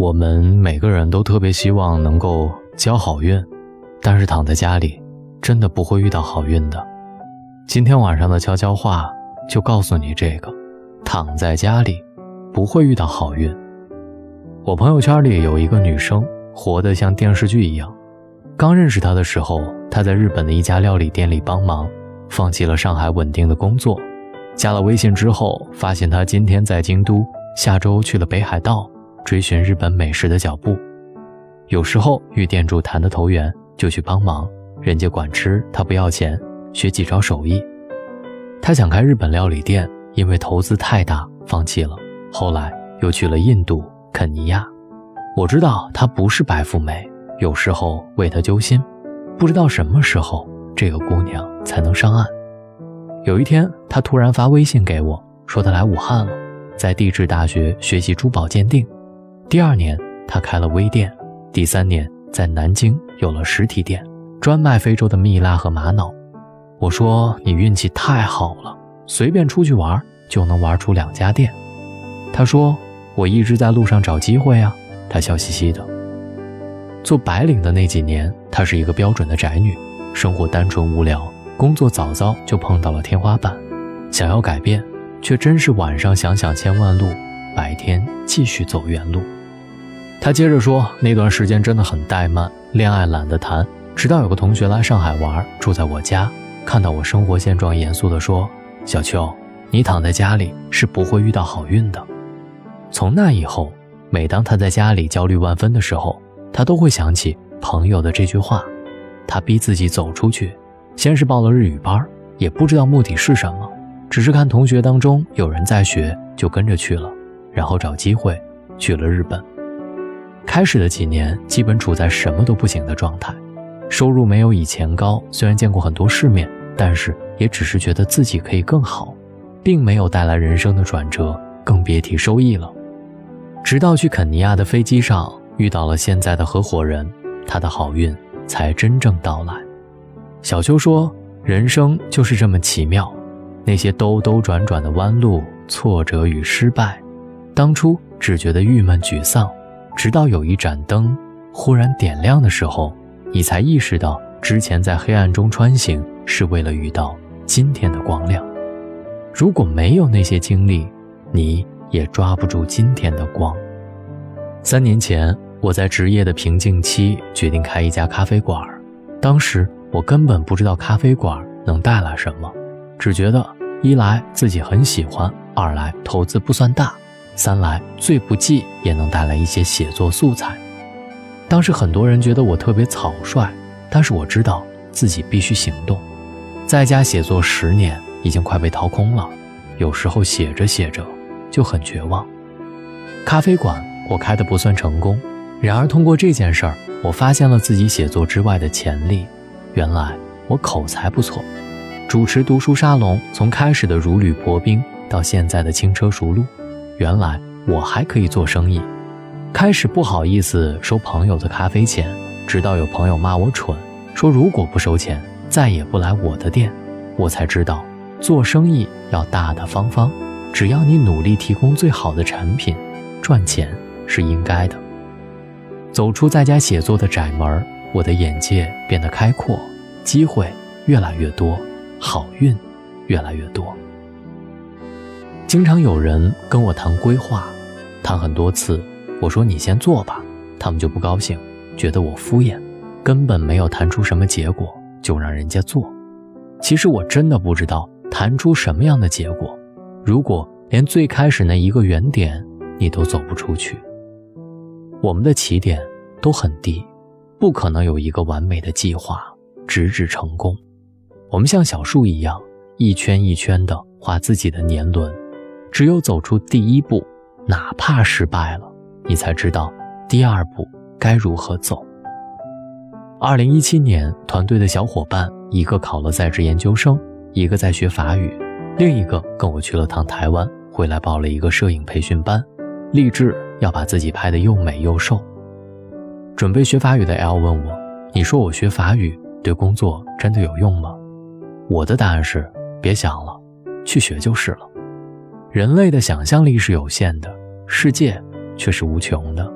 我们每个人都特别希望能够交好运，但是躺在家里真的不会遇到好运的。今天晚上的悄悄话就告诉你这个，躺在家里不会遇到好运。我朋友圈里有一个女生，活得像电视剧一样。刚认识她的时候，她在日本的一家料理店里帮忙，放弃了上海稳定的工作。加了微信之后，发现她今天在京都，下周去了北海道，追寻日本美食的脚步。有时候与店主谈得投缘，就去帮忙，人家管吃，她不要钱，学几招手艺。她想开日本料理店，因为投资太大，放弃了。后来又去了印度、肯尼亚。我知道她不是白富美，有时候为她揪心，不知道什么时候这个姑娘才能上岸。有一天，她突然发微信给我，说她来武汉了，在地质大学学习珠宝鉴定。第2年，她开了微店。第3年，在南京有了实体店，专卖非洲的蜜蜡和玛瑙。我说你运气太好了，随便出去玩就能玩出2家店。她说我一直在路上找机会啊。她笑嘻嘻的。做白领的那几年，她是一个标准的宅女，生活单纯无聊，工作早早就碰到了天花板，想要改变，却真是晚上想想千万路，白天继续走原路。他接着说，那段时间真的很怠慢，恋爱懒得谈，直到有个同学来上海玩，住在我家，看到我生活现状，严肃地说，小秋，你躺在家里是不会遇到好运的。从那以后，每当他在家里焦虑万分的时候，他都会想起朋友的这句话。他逼自己走出去，先是报了日语班，也不知道目的是什么，只是看同学当中有人在学，就跟着去了，然后找机会去了日本。开始的几年基本处在什么都不行的状态，收入没有以前高，虽然见过很多世面，但是也只是觉得自己可以更好，并没有带来人生的转折，更别提收益了。直到去肯尼亚的飞机上遇到了现在的合伙人，他的好运才真正到来。小秋说，人生就是这么奇妙，那些兜兜转转的弯路、挫折与失败，当初只觉得郁闷沮丧，直到有一盏灯忽然点亮的时候，你才意识到之前在黑暗中穿行是为了遇到今天的光亮。如果没有那些经历，你也抓不住今天的光。3年前，我在职业的瓶颈期决定开一家咖啡馆。当时我根本不知道咖啡馆能带来什么，只觉得1来自己很喜欢，2来投资不算大，3来最不济也能带来一些写作素材。当时很多人觉得我特别草率，但是我知道自己必须行动。在家写作10年，已经快被掏空了，有时候写着写着就很绝望。咖啡馆我开得不算成功，然而通过这件事儿，我发现了自己写作之外的潜力。原来我口才不错，主持读书沙龙，从开始的如履薄冰到现在的轻车熟路。原来我还可以做生意。开始不好意思收朋友的咖啡钱，直到有朋友骂我蠢，说如果不收钱，再也不来我的店。我才知道，做生意要大大方方，只要你努力提供最好的产品，赚钱是应该的。走出在家写作的窄门，我的眼界变得开阔，机会越来越多，好运越来越多。经常有人跟我谈规划，谈很多次，我说你先做吧，他们就不高兴，觉得我敷衍，根本没有谈出什么结果，就让人家做。其实我真的不知道谈出什么样的结果，如果连最开始那一个原点你都走不出去。我们的起点都很低，不可能有一个完美的计划直至成功。我们像小树一样，一圈一圈地画自己的年轮，只有走出第1步，哪怕失败了，你才知道第2步该如何走。2017年，团队的小伙伴，一个考了在职研究生，一个在学法语，另一个跟我去了趟台湾，回来报了一个摄影培训班，立志要把自己拍得又美又瘦。准备学法语的 L 问我，你说我学法语对工作真的有用吗？我的答案是，别想了，去学就是了。人类的想象力是有限的，世界却是无穷的。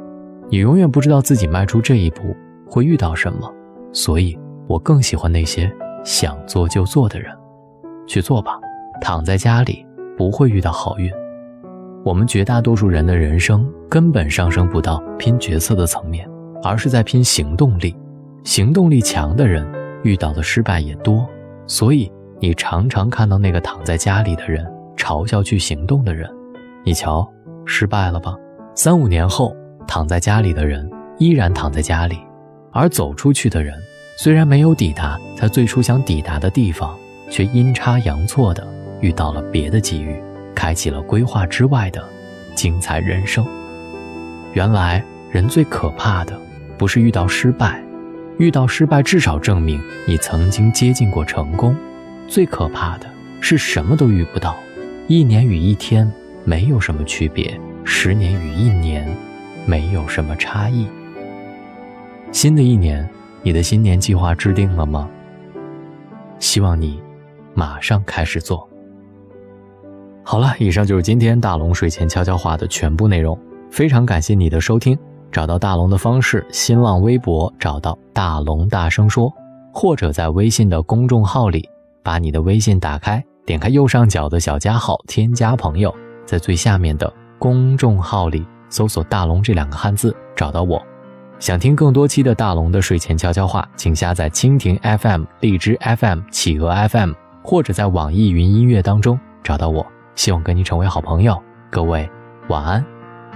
你永远不知道自己迈出这一步会遇到什么，所以我更喜欢那些想做就做的人。去做吧，躺在家里不会遇到好运。我们绝大多数人的人生根本上升不到拼角色的层面，而是在拼行动力。行动力强的人遇到的失败也多，所以你常常看到那个躺在家里的人嘲笑去行动的人。你瞧，失败了吧？3-5年后，躺在家里的人依然躺在家里，而走出去的人虽然没有抵达他最初想抵达的地方，却阴差阳错地遇到了别的机遇，开启了规划之外的精彩人生。原来人最可怕的不是遇到失败，遇到失败至少证明你曾经接近过成功。最可怕的是什么都遇不到，1年与1天没有什么区别，10年与1年没有什么差异。新的一年，你的新年计划制定了吗？希望你马上开始做。好了，以上就是今天大龙睡前悄悄话的全部内容，非常感谢你的收听。找到大龙的方式，新浪微博找到大龙大声说，或者在微信的公众号里，把你的微信打开，点开右上角的小加号，添加朋友，在最下面的公众号里搜索大龙这2个汉字，找到我。想听更多期的大龙的睡前悄悄话，请下载蜻蜓 FM、荔枝 FM、企鹅 FM， 或者在网易云音乐当中找到我。希望跟你成为好朋友，各位晚安。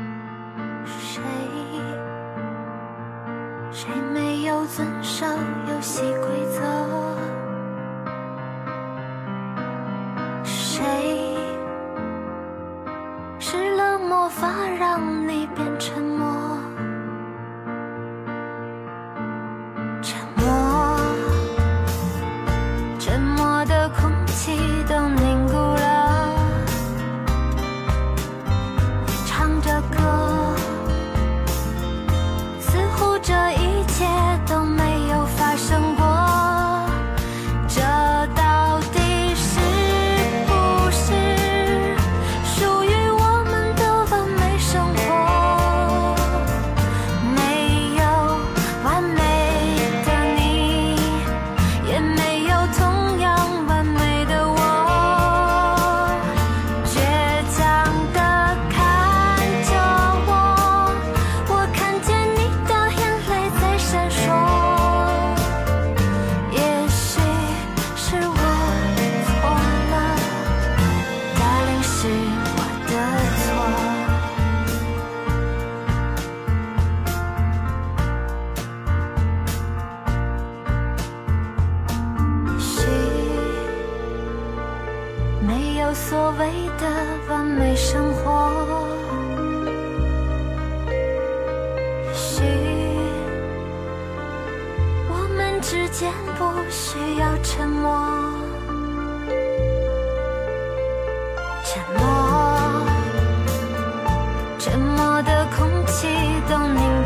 谁没有遵守游戏规则？谁施了魔法让你变沉默？沉默的空气都凝固了，唱着歌，似乎这一切都没有发生过。这到底是不是属于我们的完美生活？没有完美的你，也没有同样完美的我。倔强地看着我，我看见你的眼泪在闪烁。也许是我错了，Darling，是我的错。也许没有所谓的完美生活，也许我们之间不需要沉默。沉默的空气都凝